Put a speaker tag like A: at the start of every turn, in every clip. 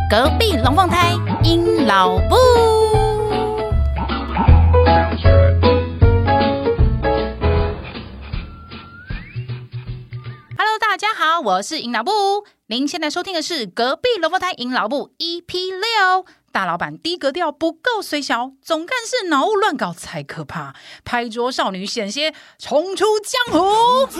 A: 隔壁龙凤胎，鹰老布。Hello， 大家好，我是鹰老布。您现在收听的是隔壁龙凤胎鹰老布 EP6。大老板低格调不够虽小，总干事脑雾乱搞才可怕。拍桌少女险些冲出江湖。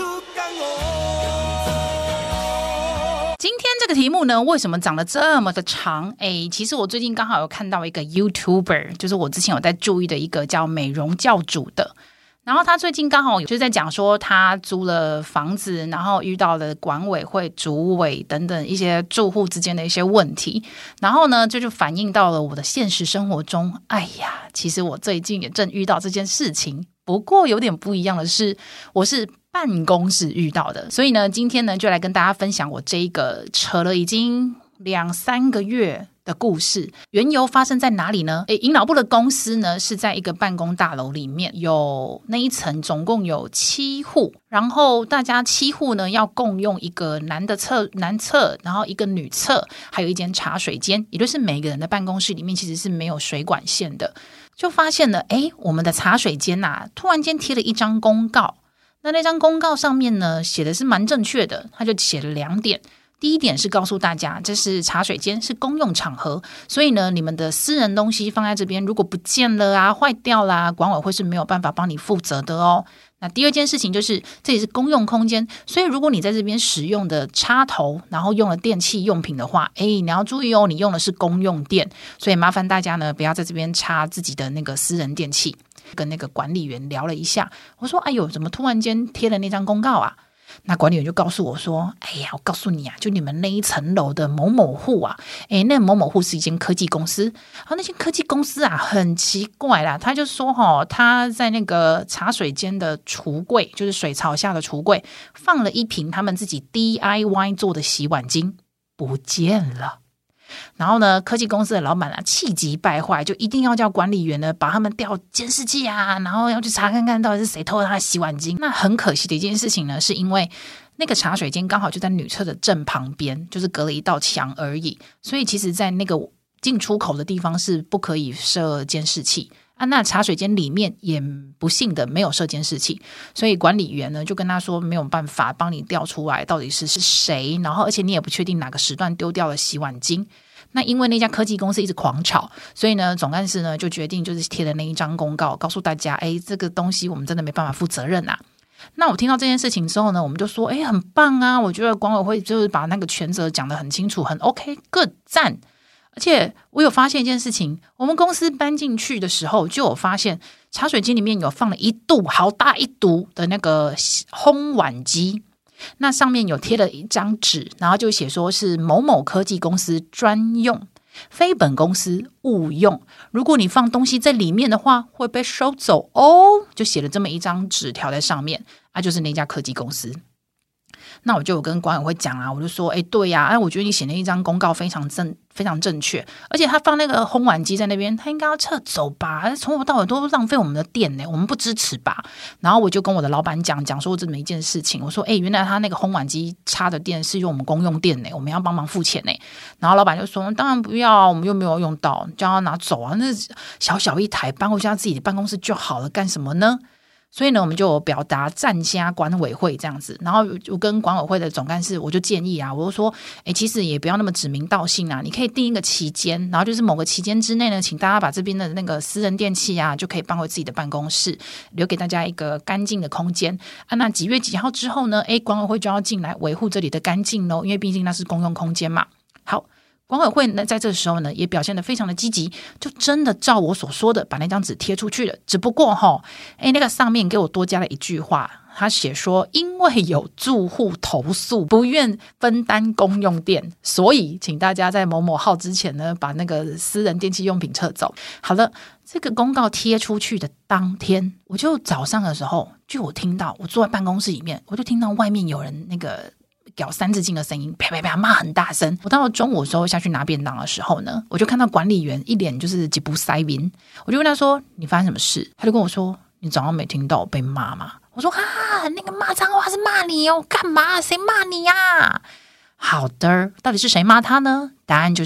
A: 今天这个题目呢，为什么长得这么的长？其实我最近刚好有看到一个 YouTuber， 就是我之前有在注意的一个叫美容教主的。然后他最近刚好就在讲说，他租了房子，然后遇到了管委会主委等等一些住户之间的一些问题，然后呢，这就反映到了我的现实生活中。哎呀，其实我最近也正遇到这件事情，不过有点不一样的是，我是办公室遇到的，所以呢，今天呢就来跟大家分享我这一个扯了已经2-3个月的故事。缘由发生在哪里呢？鹰老布的公司呢是在一个办公大楼里面，有那一层总共有7户，然后大家7户呢要共用一个男厕，然后一个女厕，还有一间茶水间，也就是每个人的办公室里面其实是没有水管线的。就发现了我们的茶水间突然间贴了一张公告，那张公告上面呢写的是蛮正确的，他就写了2点。第一点是告诉大家，这是茶水间，是公用场合，所以呢，你们的私人东西放在这边，如果不见了坏掉啦，管委会是没有办法帮你负责的哦。那第二件事情就是，这里是公用空间，所以如果你在这边使用的插头，然后用了电器用品的话，你要注意哦，你用的是公用电，所以麻烦大家呢，不要在这边插自己的那个私人电器。跟那个管理员聊了一下，我说：“哎呦，怎么突然间贴了那张公告啊？”那管理员就告诉我说：“哎呀，我告诉你啊，就你们那一层楼的某某户啊，那某某户是一间科技公司，那间科技公司很奇怪啦，他就说他在那个茶水间的橱柜，就是水槽下的橱柜，放了一瓶他们自己 DIY 做的洗碗精，不见了。”然后呢，科技公司的老板气急败坏，就一定要叫管理员呢把他们调监视器然后要去查看看到底是谁偷了他的洗碗精。那很可惜的一件事情呢，是因为那个茶水间刚好就在女厕的正旁边，就是隔了一道墙而已，所以其实在那个进出口的地方是不可以设监视器那茶水间里面也不幸的没有设监视器，所以管理员呢就跟他说没有办法帮你调出来到底是谁，然后而且你也不确定哪个时段丢掉了洗碗精。那因为那家科技公司一直狂吵，所以呢总干事呢就决定就是贴了那一张公告，告诉大家这个东西我们真的没办法负责任那我听到这件事情之后呢，我们就说很棒我觉得管委会就是把那个权责讲得很清楚，很 OK good 赞。而且我有发现一件事情，我们公司搬进去的时候就有发现茶水间里面有放了好大一堵的那个烘碗机，那上面有贴了一张纸，然后就写说是某某科技公司专用，非本公司勿用，如果你放东西在里面的话会被收走就写了这么一张纸条在上面就是那家科技公司。那我就有跟管委会讲我就说对我觉得你写那一张公告非常正确，而且他放那个烘碗机在那边，他应该要撤走吧，从头到尾都浪费我们的电我们不支持吧。然后我就跟我的老板讲说这么一件事情，我说原来他那个烘碗机插的电是用我们公用电我们要帮忙付钱然后老板就说当然不要，我们又没有用到，叫他拿走那小小一台搬回家自己的办公室就好了，干什么呢？所以呢，我们就表达赞加管委会这样子，然后我跟管委会的总干事我就建议我就说其实也不要那么指名道姓你可以定一个期间，然后就是某个期间之内呢，请大家把这边的那个私人电器就可以搬回自己的办公室，留给大家一个干净的空间那几月几号之后呢管委会就要进来维护这里的干净咯，因为毕竟那是公用空间嘛。好，管委会呢在这时候呢也表现得非常的积极，就真的照我所说的把那张纸贴出去了。只不过那个上面给我多加了一句话，他写说因为有住户投诉不愿分担公用电，所以请大家在某某号之前呢把那个私人电器用品撤走。好了，这个公告贴出去的当天，我就早上的时候就我听到，我坐在办公室里面，我就听到外面有人那个屌三字经的声音，啪啪啪骂很大声。我到了中午的时候下去拿便当的时候呢，我就看到管理员一脸就是几不塞宾，我就问他说你发生什么事？他就跟我说你早上没听到我被骂吗？我说那个骂脏话是骂你干嘛？谁骂你好的，到底是谁骂他呢？答案就是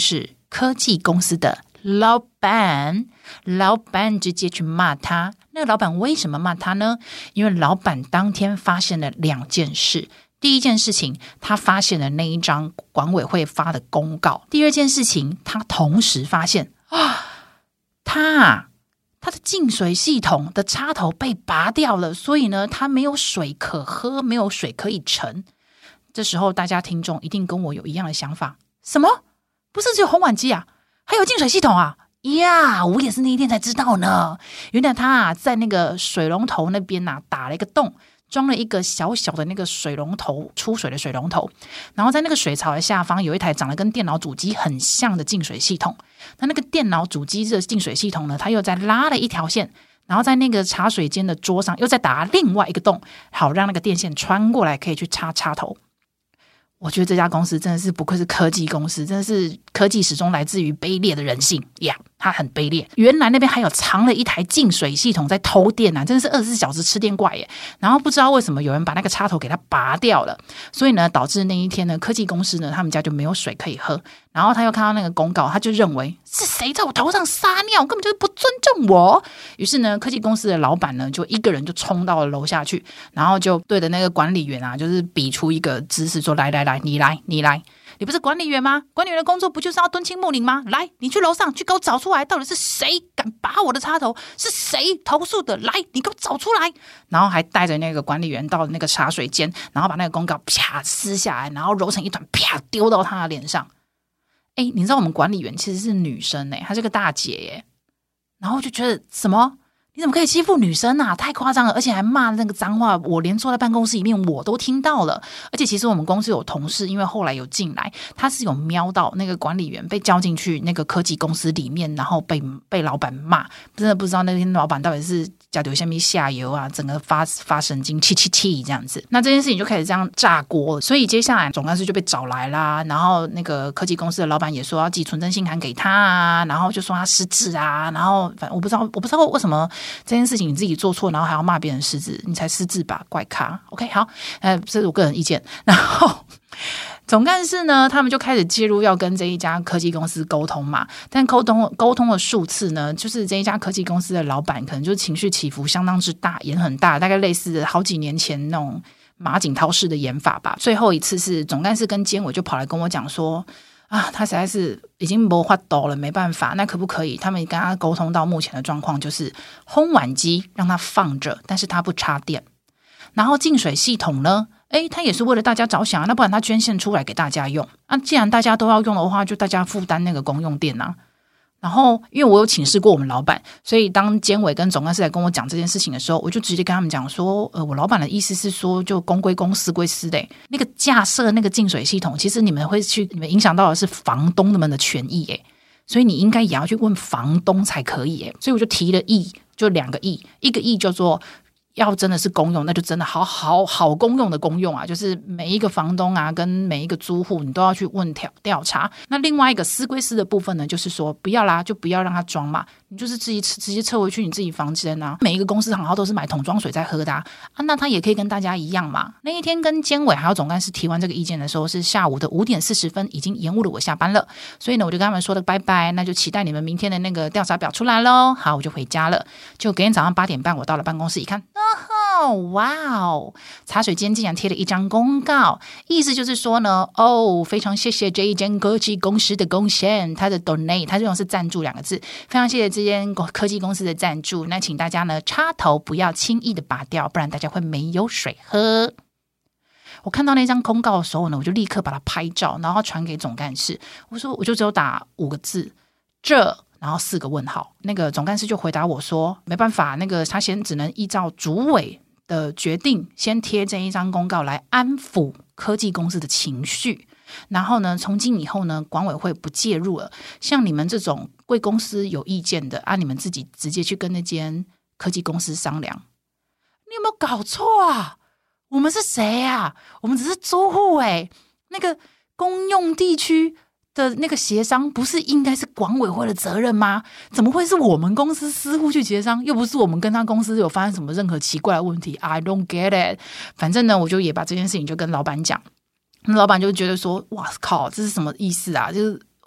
A: 科技公司的老板直接去骂他。那个老板为什么骂他呢？因为老板当天发现了2件事。第一件事情，他发现了那一张管委会发的公告。第二件事情，他同时发现他的净水系统的插头被拔掉了，所以呢，他没有水可喝，没有水可以盛。这时候大家听众一定跟我有一样的想法，什么？不是只有烘碗机啊，还有净水系统啊？呀，我也是那一天才知道呢。原来他在那个水龙头那边打了一个洞，装了一个小小的那个水龙头，出水的水龙头，然后在那个水槽的下方有一台长得跟电脑主机很像的净水系统。那个电脑主机的净水系统呢，它又再拉了一条线，然后在那个茶水间的桌上又再打另外一个洞，好让那个电线穿过来可以去插插头。我觉得这家公司真的是不愧是科技公司，真的是科技始终来自于卑劣的人性呀，它很卑劣。原来那边还有藏了一台净水系统在偷电真的是24小时吃电怪耶。然后不知道为什么有人把那个插头给它拔掉了，所以呢导致那一天呢科技公司呢他们家就没有水可以喝。然后他又看到那个公告，他就认为是谁在我头上撒尿，根本就是不尊重我。于是呢科技公司的老板呢就一个人就冲到了楼下去，然后就对着那个管理员就是比出一个姿势说，来你来，你不是管理员吗？管理员的工作不就是要敦亲睦邻吗？来，你去楼上去给我找出来，到底是谁敢拔我的插头，是谁投诉的，来你给我找出来。然后还带着那个管理员到那个茶水间，然后把那个公告啪撕下来，然后揉成一团啪丢到他的脸上。你知道我们管理员其实是女生她是个大姐耶。然后我就觉得什么，你怎么可以欺负女生啊？太夸张了，而且还骂那个脏话，我连坐在办公室里面我都听到了。而且其实我们公司有同事，因为后来有进来，他是有瞄到那个管理员被叫进去那个科技公司里面，然后被老板骂，真的不知道那天老板到底是加丢下面下游整个发神经气这样子。那这件事情就开始这样炸锅了，所以接下来总干事就被找来啦，然后那个科技公司的老板也说要寄存证信函给他然后就说他失智然后反正我不知道为什么这件事情你自己做错，然后还要骂别人失智，你才失智吧，怪咖。 OK 好，这是我个人意见。然后总干事呢他们就开始介入要跟这一家科技公司沟通嘛，但沟通了数次呢，就是这一家科技公司的老板可能就是情绪起伏相当之大，也很大，大概类似好几年前那种马景涛式的演法吧。最后一次是总干事跟监委就跑来跟我讲说他实在是已经没法度了，没办法，那可不可以他们跟他沟通到目前的状况，就是烘碗机让他放着，但是他不插电，然后净水系统呢他也是为了大家着想那不然他捐献出来给大家用既然大家都要用的话，就大家负担那个公用电然后因为我有请示过我们老板，所以当监委跟总干事来跟我讲这件事情的时候，我就直接跟他们讲说我老板的意思是说就公归公私归私的那个架设那个净水系统，其实你们影响到的是房东们的权益所以你应该也要去问房东才可以所以我就提了就2个亿，一个亿叫做要真的是公用，那就真的好公用的公用就是每一个房东跟每一个租户你都要去问调查。那另外一个私归私的部分呢，就是说不要啦，就不要让他装嘛，你就是直接撤回去你自己房间每一个公司行号都是买桶装水在喝的那他也可以跟大家一样嘛。那一天跟监委还有总干事提完这个意见的时候是下午的5点40分，已经延误了我下班了，所以呢我就跟他们说了拜拜，那就期待你们明天的那个调查表出来咯。好，我就回家了。就隔天早上8点半我到了办公室一看，哇哦，茶水间竟然贴了一张公告，意思就是说呢非常谢谢这一间科技公司的贡献，他的 donate 他这种是赞助2个字，非常谢谢这间科技公司的赞助，那请大家呢插头不要轻易的拔掉，不然大家会没有水喝。我看到那张公告的时候呢，我就立刻把它拍照，然后传给总干事，我说我就只有打5个字然后4个问号。那个总干事就回答我说没办法，那个他先只能依照主委的决定先贴这一张公告来安抚科技公司的情绪，然后呢从今以后呢管委会不介入了，像你们这种贵公司有意见的你们自己直接去跟那间科技公司商量。你有没有搞错我们是谁我们只是租户那个公用地区的那个协商不是应该是管委会的责任吗？怎么会是我们公司私户去协商？又不是我们跟他公司有发生什么任何奇怪的问题。 I don't get it。 反正呢我就也把这件事情就跟老板讲，那老板就觉得说哇靠，这是什么意思就是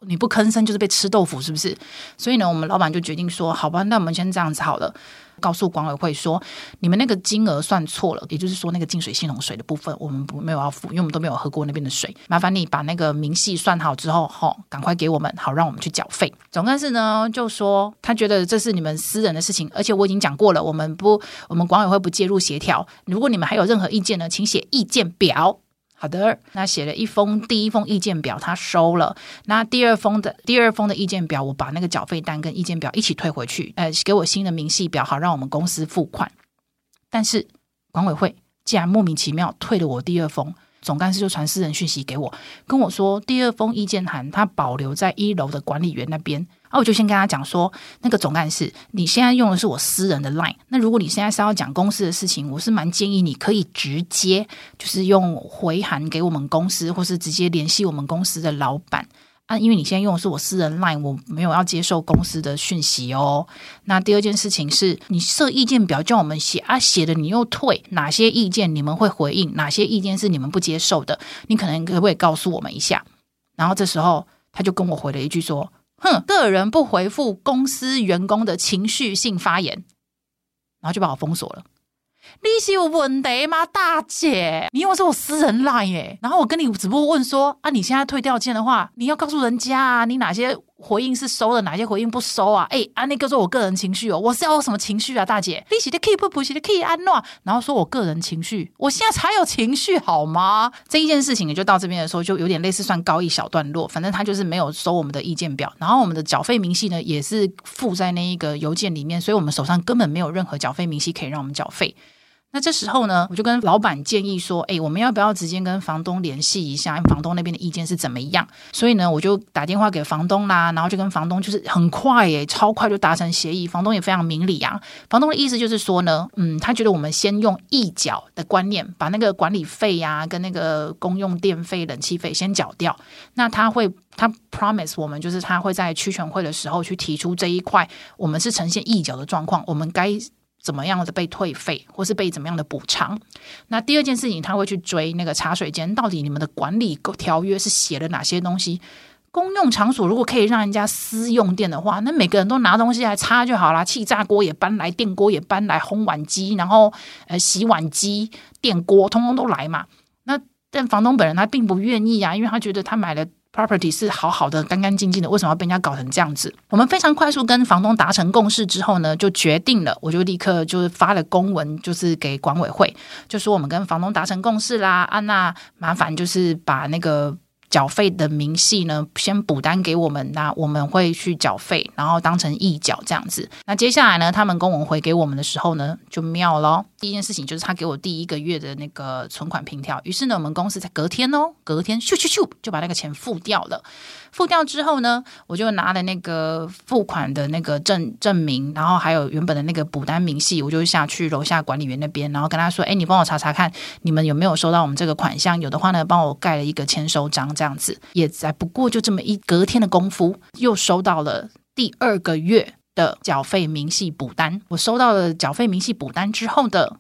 A: 你不吭声就是被吃豆腐是不是？所以呢我们老板就决定说好吧，那我们先这样子好了，告诉管委会说你们那个金额算错了，也就是说那个净水系统水的部分我们没有要付，因为我们都没有喝过那边的水，麻烦你把那个明细算好之后赶快给我们，好让我们去缴费。总干事呢就说他觉得这是你们私人的事情，而且我已经讲过了，我们管委会不介入协调，如果你们还有任何意见呢，请写意见表。好的，那写了第一封意见表他收了，那第二封的意见表我把那个缴费单跟意见表一起退回去，给我新的明细表，好让我们公司付款。但是管委会竟然莫名其妙退了我第二封，总干事就传私人讯息给我，跟我说第二封意见函他保留在1楼的管理员那边。我就先跟他讲说，那个总干事你现在用的是我私人的 LINE， 那如果你现在是要讲公司的事情，我是蛮建议你可以直接就是用回函给我们公司，或是直接联系我们公司的老板因为你现在用的是我私人 LINE， 我没有要接受公司的讯息哦。那第二件事情是你设意见表叫我们写写的你又退，哪些意见你们会回应，哪些意见是你们不接受的，你可不可以告诉我们一下？然后这时候他就跟我回了一句说，个人不回复公司员工的情绪性发言，然后就把我封锁了。你是有问题吗大姐？你用的是我私人 LINE 耶，然后我跟你只不过问说你现在退掉件的话，你要告诉人家你哪些回应是收的，哪些回应不收那个说我个人情绪我是要有什么情绪大姐？你是的 keep 不是的 keep 安诺，然后说我个人情绪，我现在才有情绪好吗？这一件事情也就到这边的时候就有点类似算告一小段落，反正他就是没有收我们的意见表，然后我们的缴费明细呢也是附在那一个邮件里面，所以我们手上根本没有任何缴费明细可以让我们缴费。那这时候呢我就跟老板建议说我们要不要直接跟房东联系一下，房东那边的意见是怎么样。所以呢我就打电话给房东啦，然后就跟房东就是很快超快就达成协议，房东也非常明理房东的意思就是说呢他觉得我们先用预缴的观念把那个管理费跟那个公用电费冷气费先缴掉，那他 promise 我们就是他会在区权会的时候去提出这一块我们是呈现预缴的状况，我们该怎么样的被退费或是被怎么样的补偿。那第二件事情他会去追那个茶水间到底你们的管理条约是写了哪些东西，公用场所如果可以让人家私用电的话，那每个人都拿东西来擦就好啦，气炸锅也搬来，电锅也搬来，烘碗机然后洗碗机电锅通通都来嘛。那但房东本人他并不愿意因为他觉得他买了property 是好好的干干净净的，为什么要被人家搞成这样子？我们非常快速跟房东达成共识之后呢，就决定了，我就立刻就是发了公文，就是给管委会，就说我们跟房东达成共识啦那麻烦就是把那个缴费的明细呢先补单给我们，那我们会去缴费，然后当成预缴这样子。那接下来呢他们公文回给我们的时候呢就妙咯，第一件事情就是他给我第1个月的那个存款凭条，于是呢我们公司在隔天咻就把那个钱付掉了。付掉之后呢我就拿了那个付款的那个证明，然后还有原本的那个补单明细，我就下去楼下管理员那边，然后跟他说你帮我查查看你们有没有收到我们这个款项，有的话呢帮我盖了一个签收章这样子。也才不过就这么隔天的功夫又收到了第2个月的缴费明细补单。我收到了缴费明细补单之后的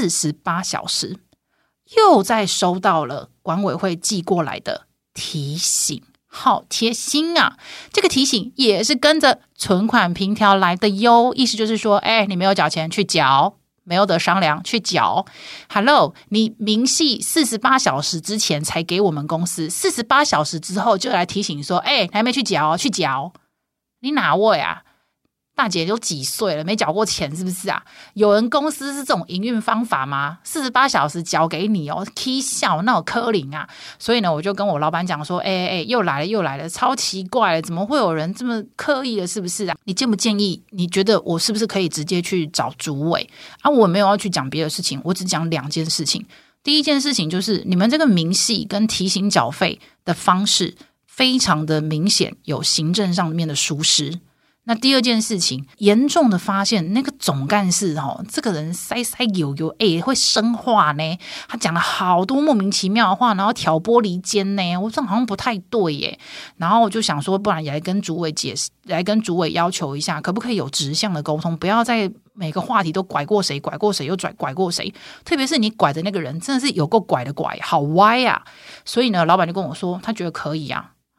A: 48小时又再收到了管委会寄过来的提醒，好贴心这个提醒也是跟着存款凭条来的哟，意思就是说你没有缴钱去缴，没有得商量去缴。 Hello 你明细48小时之前才给我们公司，48小时之后就来提醒说还没去缴去缴，你哪位大姐都几岁了没缴过钱是不是有人公司是这种营运方法吗？48小时缴给你起笑那有可能所以呢我就跟我老板讲说又来了超奇怪了，怎么会有人这么刻意的是不是你建不建议，你觉得我是不是可以直接去找主委我没有要去讲别的事情，我只讲2件事情。第一件事情就是你们这个明细跟提醒缴费的方式非常的明显有行政上面的疏失。那第二件事情严重的发现那个总干事这个人塞有会生话呢，他讲了好多莫名其妙的话，然后挑拨离间呢，我说好像不太对耶。然后我就想说不然也来跟主委解释，来跟主委要求一下可不可以有直向的沟通，不要在每个话题都拐过谁又拐过谁，特别是你拐的那个人真的是有够拐的拐，好歪所以呢老板就跟我说他觉得可以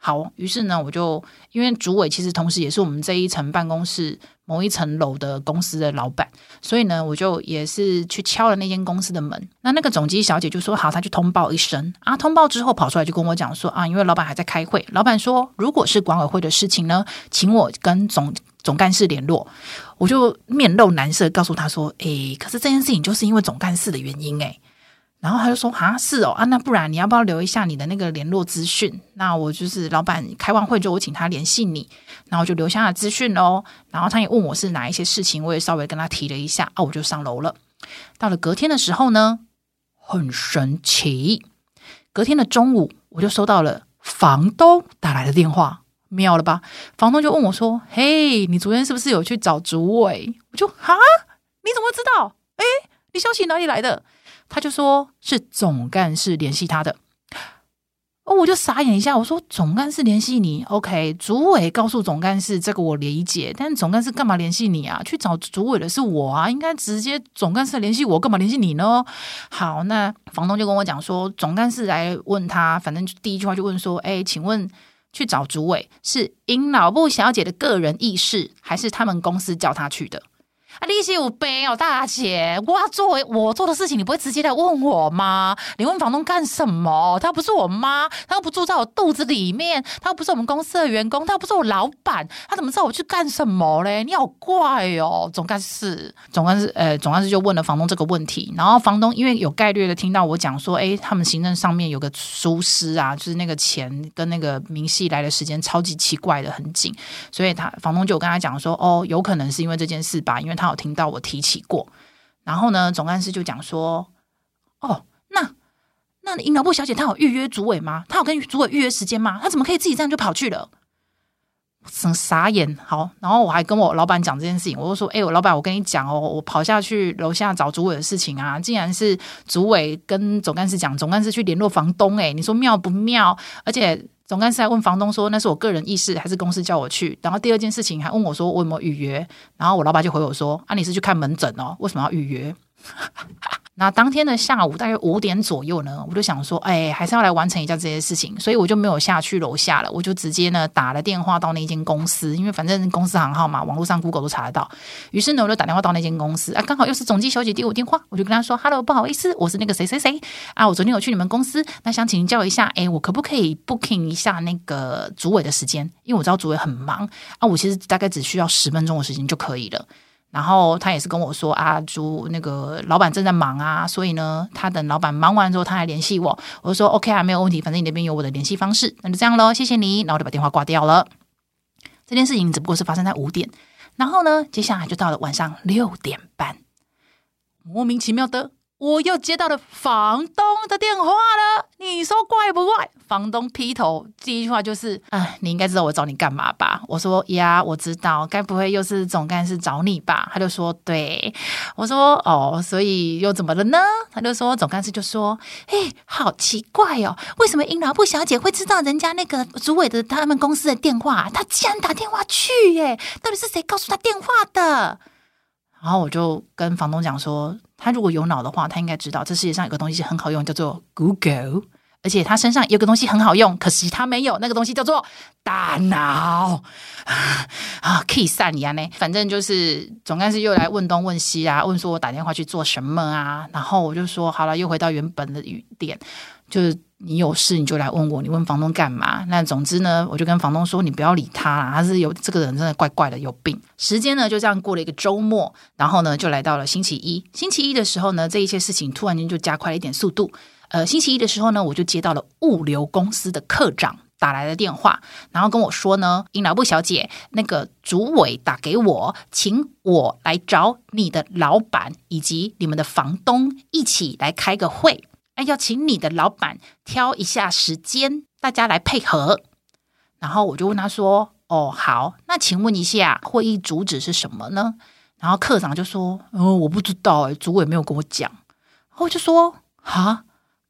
A: 好，于是呢，我就因为主委其实同时也是我们这一层办公室某一层楼的公司的老板，所以呢，我就也是去敲了那间公司的门。那个总机小姐就说好，她去通报一声啊。通报之后跑出来就跟我讲说啊，因为老板还在开会，老板说如果是管委会的事情呢，请我跟总干事联络。我就面露难色，告诉他说，可是这件事情就是因为总干事的原因然后他就说是哦那不然你要不要留一下你的那个联络资讯？那我就是老板开完会之后我请他联系你，然后就留下了资讯咯。然后他也问我是哪一些事情，我也稍微跟他提了一下我就上楼了。到了隔天的时候呢，很神奇，隔天的中午我就收到了房东打来的电话，妙了吧？房东就问我说，嘿，你昨天是不是有去找主委？我就你怎么知道？你消息哪里来的？他就说是总干事联系他的。我就傻眼一下，我说总干事联系你 OK， 主委告诉总干事这个我理解，但总干事干嘛联系你啊？去找主委的是我啊，应该直接总干事联系我，干嘛联系你呢？好，那房东就跟我讲说，总干事来问他，反正第一句话就问说，请问去找主委是因老布小姐的个人意识，还是他们公司叫他去的？你是有病大姐，作为我做的事情，你不会直接来问我吗？你问房东干什么？他不是我妈，他又不住在我肚子里面，他又不是我们公司的员工，他又不是我老板，他怎么知道我去干什么嘞？你好怪哦！总干事就问了房东这个问题，然后房东因为有概略的听到我讲说，他们行政上面有个疏失啊，就是那个钱跟那个明细来的时间超级奇怪的，很紧，所以房东就有跟他讲说，有可能是因为这件事吧，因为他有听到我提起过。然后呢，总干事就讲说，那营疗部小姐她有预约主委吗？她有跟主委预约时间吗？她怎么可以自己这样就跑去了？很傻眼。好，然后我还跟我老板讲这件事情，我就说，我老板，我跟你讲我跑下去楼下找主委的事情啊，竟然是主委跟总干事讲，总干事去联络房东，你说妙不妙？而且总干事还问房东说，那是我个人意识还是公司叫我去？然后第二件事情还问我说我有没有预约？然后我老板就回我说，你是去看门诊哦，为什么要预约？那当天的下午大约5点左右呢，我就想说还是要来完成一下这些事情，所以我就没有下去楼下了，我就直接呢打了电话到那间公司，因为反正公司行号嘛，网络上 Google 都查得到。于是呢我就打电话到那间公司刚好又是总机小姐接我电话，我就跟她说 Hello， 不好意思，我是那个谁谁谁我昨天有去你们公司，那想请教一下我可不可以 booking 一下那个主委的时间，因为我知道主委很忙我其实大概只需要10分钟的时间就可以了。然后他也是跟我说那个老板正在忙所以呢他等老板忙完之后他来联系我。我就说 OK 没有问题，反正你那边有我的联系方式，那就这样咯，谢谢你。然后我就把电话挂掉了。这件事情只不过是发生在5点，然后呢接下来就到了晚上6点半，莫名其妙的我又接到了房东的电话了，你说怪不怪？房东劈头第一句话就是你应该知道我找你干嘛吧？我说呀，我知道，该不会又是总干事找你吧？他就说对。我说所以又怎么了呢？他就说总干事就说好奇怪哦，为什么营疗部小姐会知道人家那个主委的他们公司的电话？他竟然打电话去耶，到底是谁告诉他电话的？然后我就跟房东讲说，他如果有脑的话，他应该知道这世界上有个东西是很好用，叫做 Google， 而且他身上有个东西很好用，可惜他没有，那个东西叫做大脑可以散呀呢。反正就是总干事又来问东问西问说我打电话去做什么然后我就说好了，又回到原本的语点，就是你有事你就来问我，你问房东干嘛？那总之呢，我就跟房东说你不要理他啦，他是有这个人真的怪怪的，有病。时间呢就这样过了一个周末，然后呢就来到了星期一。星期一的时候呢，这一些事情突然间就加快了一点速度。星期一的时候呢，我就接到了物流公司的科长打来的电话，然后跟我说呢，营疗部小姐，那个主委打给我，请我来找你的老板以及你们的房东一起来开个会，要请你的老板挑一下时间，大家来配合。然后我就问他说好，那请问一下会议主旨是什么呢？然后科长就说我不知道主委没有跟我讲。然后我就说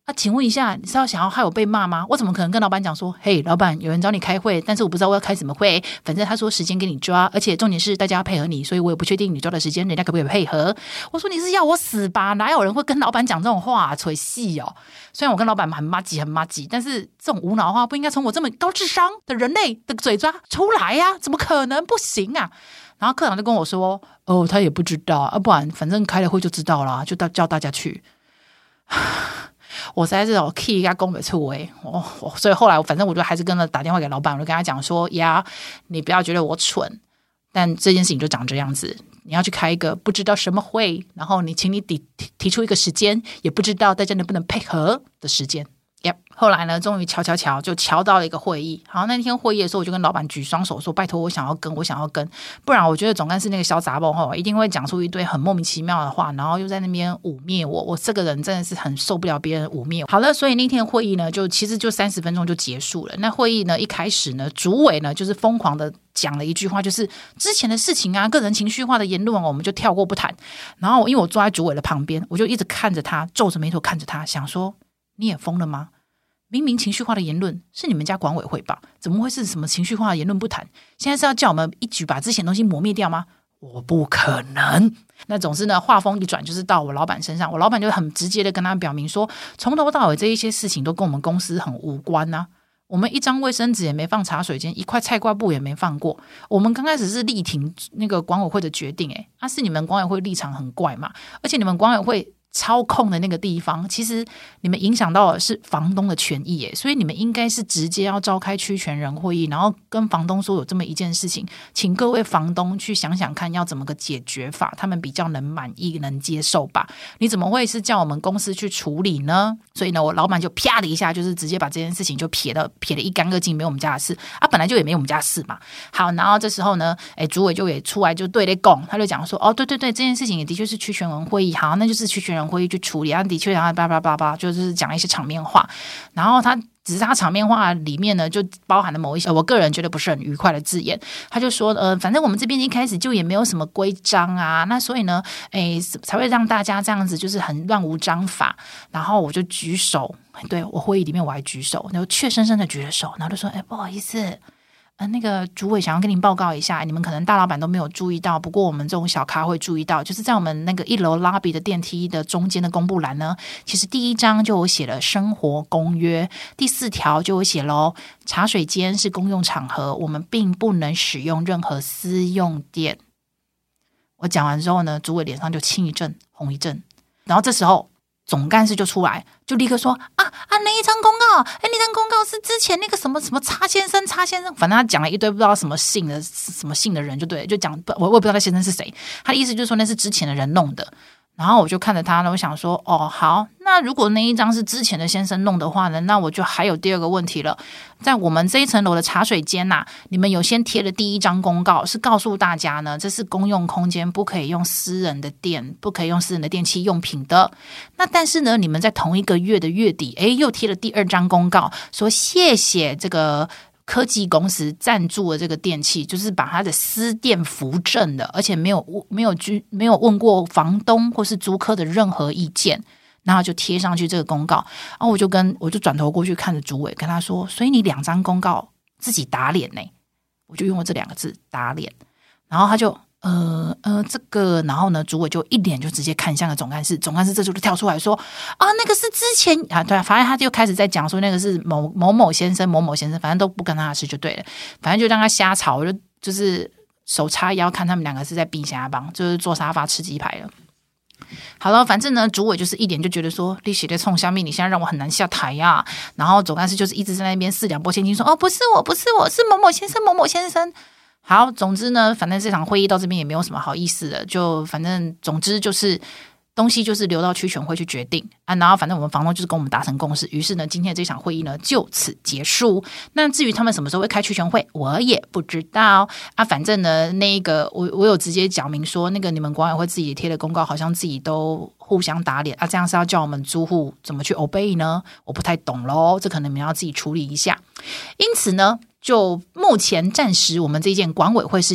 A: 请问一下，你是要想要害我被骂吗？我怎么可能跟老板讲说，嘿，老板，有人找你开会，但是我不知道我要开什么会，反正他说时间给你抓，而且重点是大家要配合你，所以我也不确定你抓的时间人家可不可以配合。我说你是要我死吧？哪有人会跟老板讲这种话，吹戏哦。虽然我跟老板很麻吉，但是这种无脑话不应该从我这么高智商的人类的嘴抓出来呀，怎么可能？不行啊。然后科长就跟我说，他也不知道不然反正开了会就知道了，就叫大家去。我实在是气他攻不出所以后来反正我就还是跟他打电话给老板，我就跟他讲说呀，你不要觉得我蠢，但这件事情就长这样子，你要去开一个不知道什么会，然后请你提出一个时间，也不知道大家能不能配合的时间。后来呢，终于瞧就瞧到了一个会议。好，那天会议的时候，我就跟老板举双手说，拜托我想要跟，不然我觉得总干事那个小杂包一定会讲出一堆很莫名其妙的话，然后又在那边污蔑我这个人真的是很受不了别人污蔑。好了，所以那天会议呢，其实就30分钟就结束了。那会议呢，一开始呢，主委呢就是疯狂的讲了一句话，就是之前的事情啊，个人情绪化的言论我们就跳过不谈。然后因为我坐在主委的旁边，我就一直看着他，皱着眉头看着他，想说你也疯了吗？明明情绪化的言论是你们家管委会吧？怎么会是什么情绪化的言论不谈？现在是要叫我们一举把之前东西抹灭掉吗？我不可能。那总之呢，话锋一转就是到我老板身上，我老板就很直接的跟他表明说，从头到尾这一些事情都跟我们公司很无关啊。我们一张卫生纸也没放茶水间，一块菜瓜布也没放过。我们刚开始是力挺那个管委会的决定，是你们管委会立场很怪嘛，而且你们管委会操控的那个地方，其实你们影响到的是房东的权益耶，所以你们应该是直接要召开区权人会议，然后跟房东说有这么一件事情，请各位房东去想想看要怎么个解决法，他们比较能满意能接受吧。你怎么会是叫我们公司去处理呢？所以呢，我老板就啪的一下，就是直接把这件事情就撇得一干二净，没有我们家的事啊，本来就也没有我们家的事嘛。好，然后这时候呢，主委就也出来就对咧讲，他就讲说，对，这件事情也的确是区权人会议，好，那就是区权人会议去处理啊，的确，然后叭叭叭叭，就是讲一些场面话，然后只是他场面话里面呢，就包含了某一些我个人觉得不是很愉快的字眼。他就说，反正我们这边一开始就也没有什么规章啊，那所以呢，才会让大家这样子就是很乱无章法。然后我就举手，对，我会议里面我还举手，然后怯生生的举了手，然后就说，不好意思。那个主委想要跟您报告一下，你们可能大老板都没有注意到，不过我们这种小咖会注意到，就是在我们那个1楼 lobby 的电梯的中间的公布栏呢，其实第1章就有写了生活公约，第4条就有写咯，茶水间是公用场合，我们并不能使用任何私用电。我讲完之后呢，主委脸上就青一阵红一阵，然后这时候总干事就出来，就立刻说那一张公告，那张公告是之前那个什么什么叉先生，反正他讲了一堆不知道什么姓的人，就对，就讲我也不知道那先生是谁，他的意思就是说那是之前的人弄的。然后我就看着他呢，我想说，好，那如果那一张是之前的先生弄的话呢，那我就还有第2个问题了。在我们这一层楼的茶水间你们有先贴了第1张公告，是告诉大家呢，这是公用空间，不可以用私人的电，不可以用私人的电器用品的。那但是呢，你们在同一个月的月底，又贴了第2张公告，说谢谢这个科技公司赞助的这个电器，就是把他的私电扶正的，而且没有问过房东或是租客的任何意见，然后就贴上去这个公告。然后我就转头过去看着主委，跟他说，所以你2张公告自己打脸呢？我就用了这2个字打脸。然后他就这个，然后呢，主委就一脸就直接看向了总干事，总干事这就跳出来说，那个是之前对，反正他就开始在讲说那个是某某先生，反正都不跟他的事就对了，反正就让他瞎吵，我就是手叉腰看他们2个是在冰瞎帮，就是坐沙发吃鸡排了。好了，反正呢，主委就是一点就觉得说，你写的冲下面，你现在让我很难下台呀。然后总干事就是一直在那边4两拨千斤说，不是我，是某某先生。好，总之呢，反正这场会议到这边也没有什么好意思的，就反正总之就是东西就是留到区权会去决定然后反正我们房东就是跟我们达成共识，于是呢，今天的这场会议呢就此结束。那至于他们什么时候会开区权会，我也不知道反正呢，那个我有直接讲明说，那个你们管委会自己贴的公告，好像自己都互相打脸这样是要叫我们租户怎么去 obey 呢？我不太懂咯，这可能你们要自己处理一下。因此呢，就目前暂时我们这件管委会事件就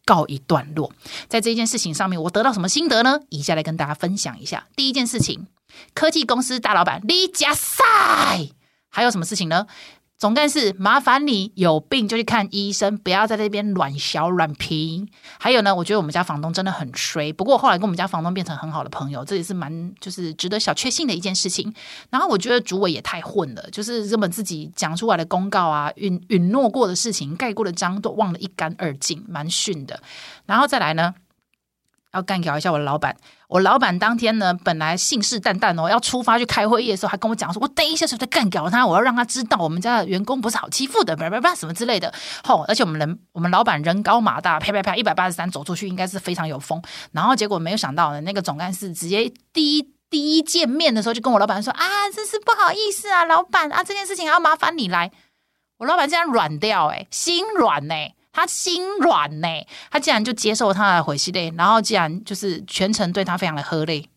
A: 告一段落。在这件事情上面，我得到什么心得呢？以下来跟大家分享一下。第一件事情，科技公司大老板李家赛，还有什么事情呢？总干事，麻烦你有病就去看医生，不要在这边乱小乱拼。还有呢，我觉得我们家房东真的很衰，不过我后来跟我们家房东变成很好的朋友，这也是蛮就是值得小确幸的一件事情。然后我觉得主委也太混了，就是根本自己讲出来的公告啊，允诺过的事情、盖过的章都忘得一干二净，蛮逊的。然后再来呢，要干掉一下我的老板。我老板当天呢，本来信誓旦旦要出发去开会议的时候，还跟我讲说，我等一下就在干掉他，我要让他知道我们家的员工不是好欺负的，什么之类的。而且我们老板人高马大，啪啪啪183走出去，应该是非常有风。然后结果没有想到呢，那个总干事直接第一见面的时候就跟我老板说啊，真是不好意思啊，老板啊，这件事情还要麻烦你来。我老板竟然软掉，心软他心软呢，他竟然就接受他的回信嘞，然后竟然就是全程对他非常的喝泪。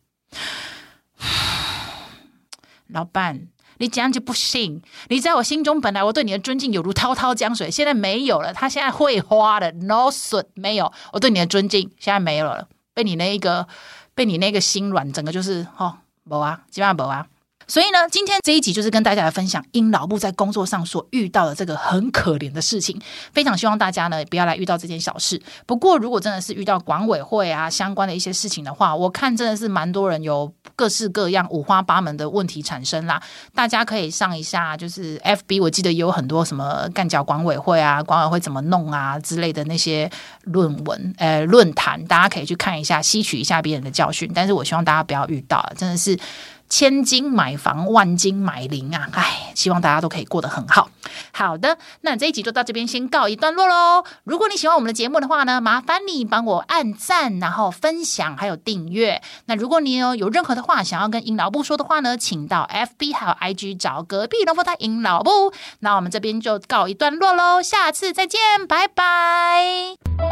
A: 老板，你这样就不行！你在我心中本来我对你的尊敬有如滔滔江水，现在没有了。他现在会花了 ，no 损没有，我对你的尊敬现在没有了，被你那个心软，整个就是没啊，基本上没啊。所以呢，今天这一集就是跟大家来分享因老布在工作上所遇到的这个很可怜的事情，非常希望大家呢不要来遇到这件小事。不过如果真的是遇到管委会啊相关的一些事情的话，我看真的是蛮多人有各式各样五花八门的问题产生啦。大家可以上一下就是 FB， 我记得也有很多什么干角管委会啊，管委会怎么弄啊之类的那些论坛，大家可以去看一下，吸取一下别人的教训。但是我希望大家不要遇到，真的是千金买房，万金买邻啊！希望大家都可以过得很好。好的，那这一集就到这边先告一段落咯。如果你喜欢我们的节目的话呢，麻烦你帮我按赞，然后分享，还有订阅。那如果你有任何的话想要跟尹老布说的话呢，请到 FB 还有 IG 找隔壁龙凤胎尹老布。那我们这边就告一段落咯，下次再见，拜拜。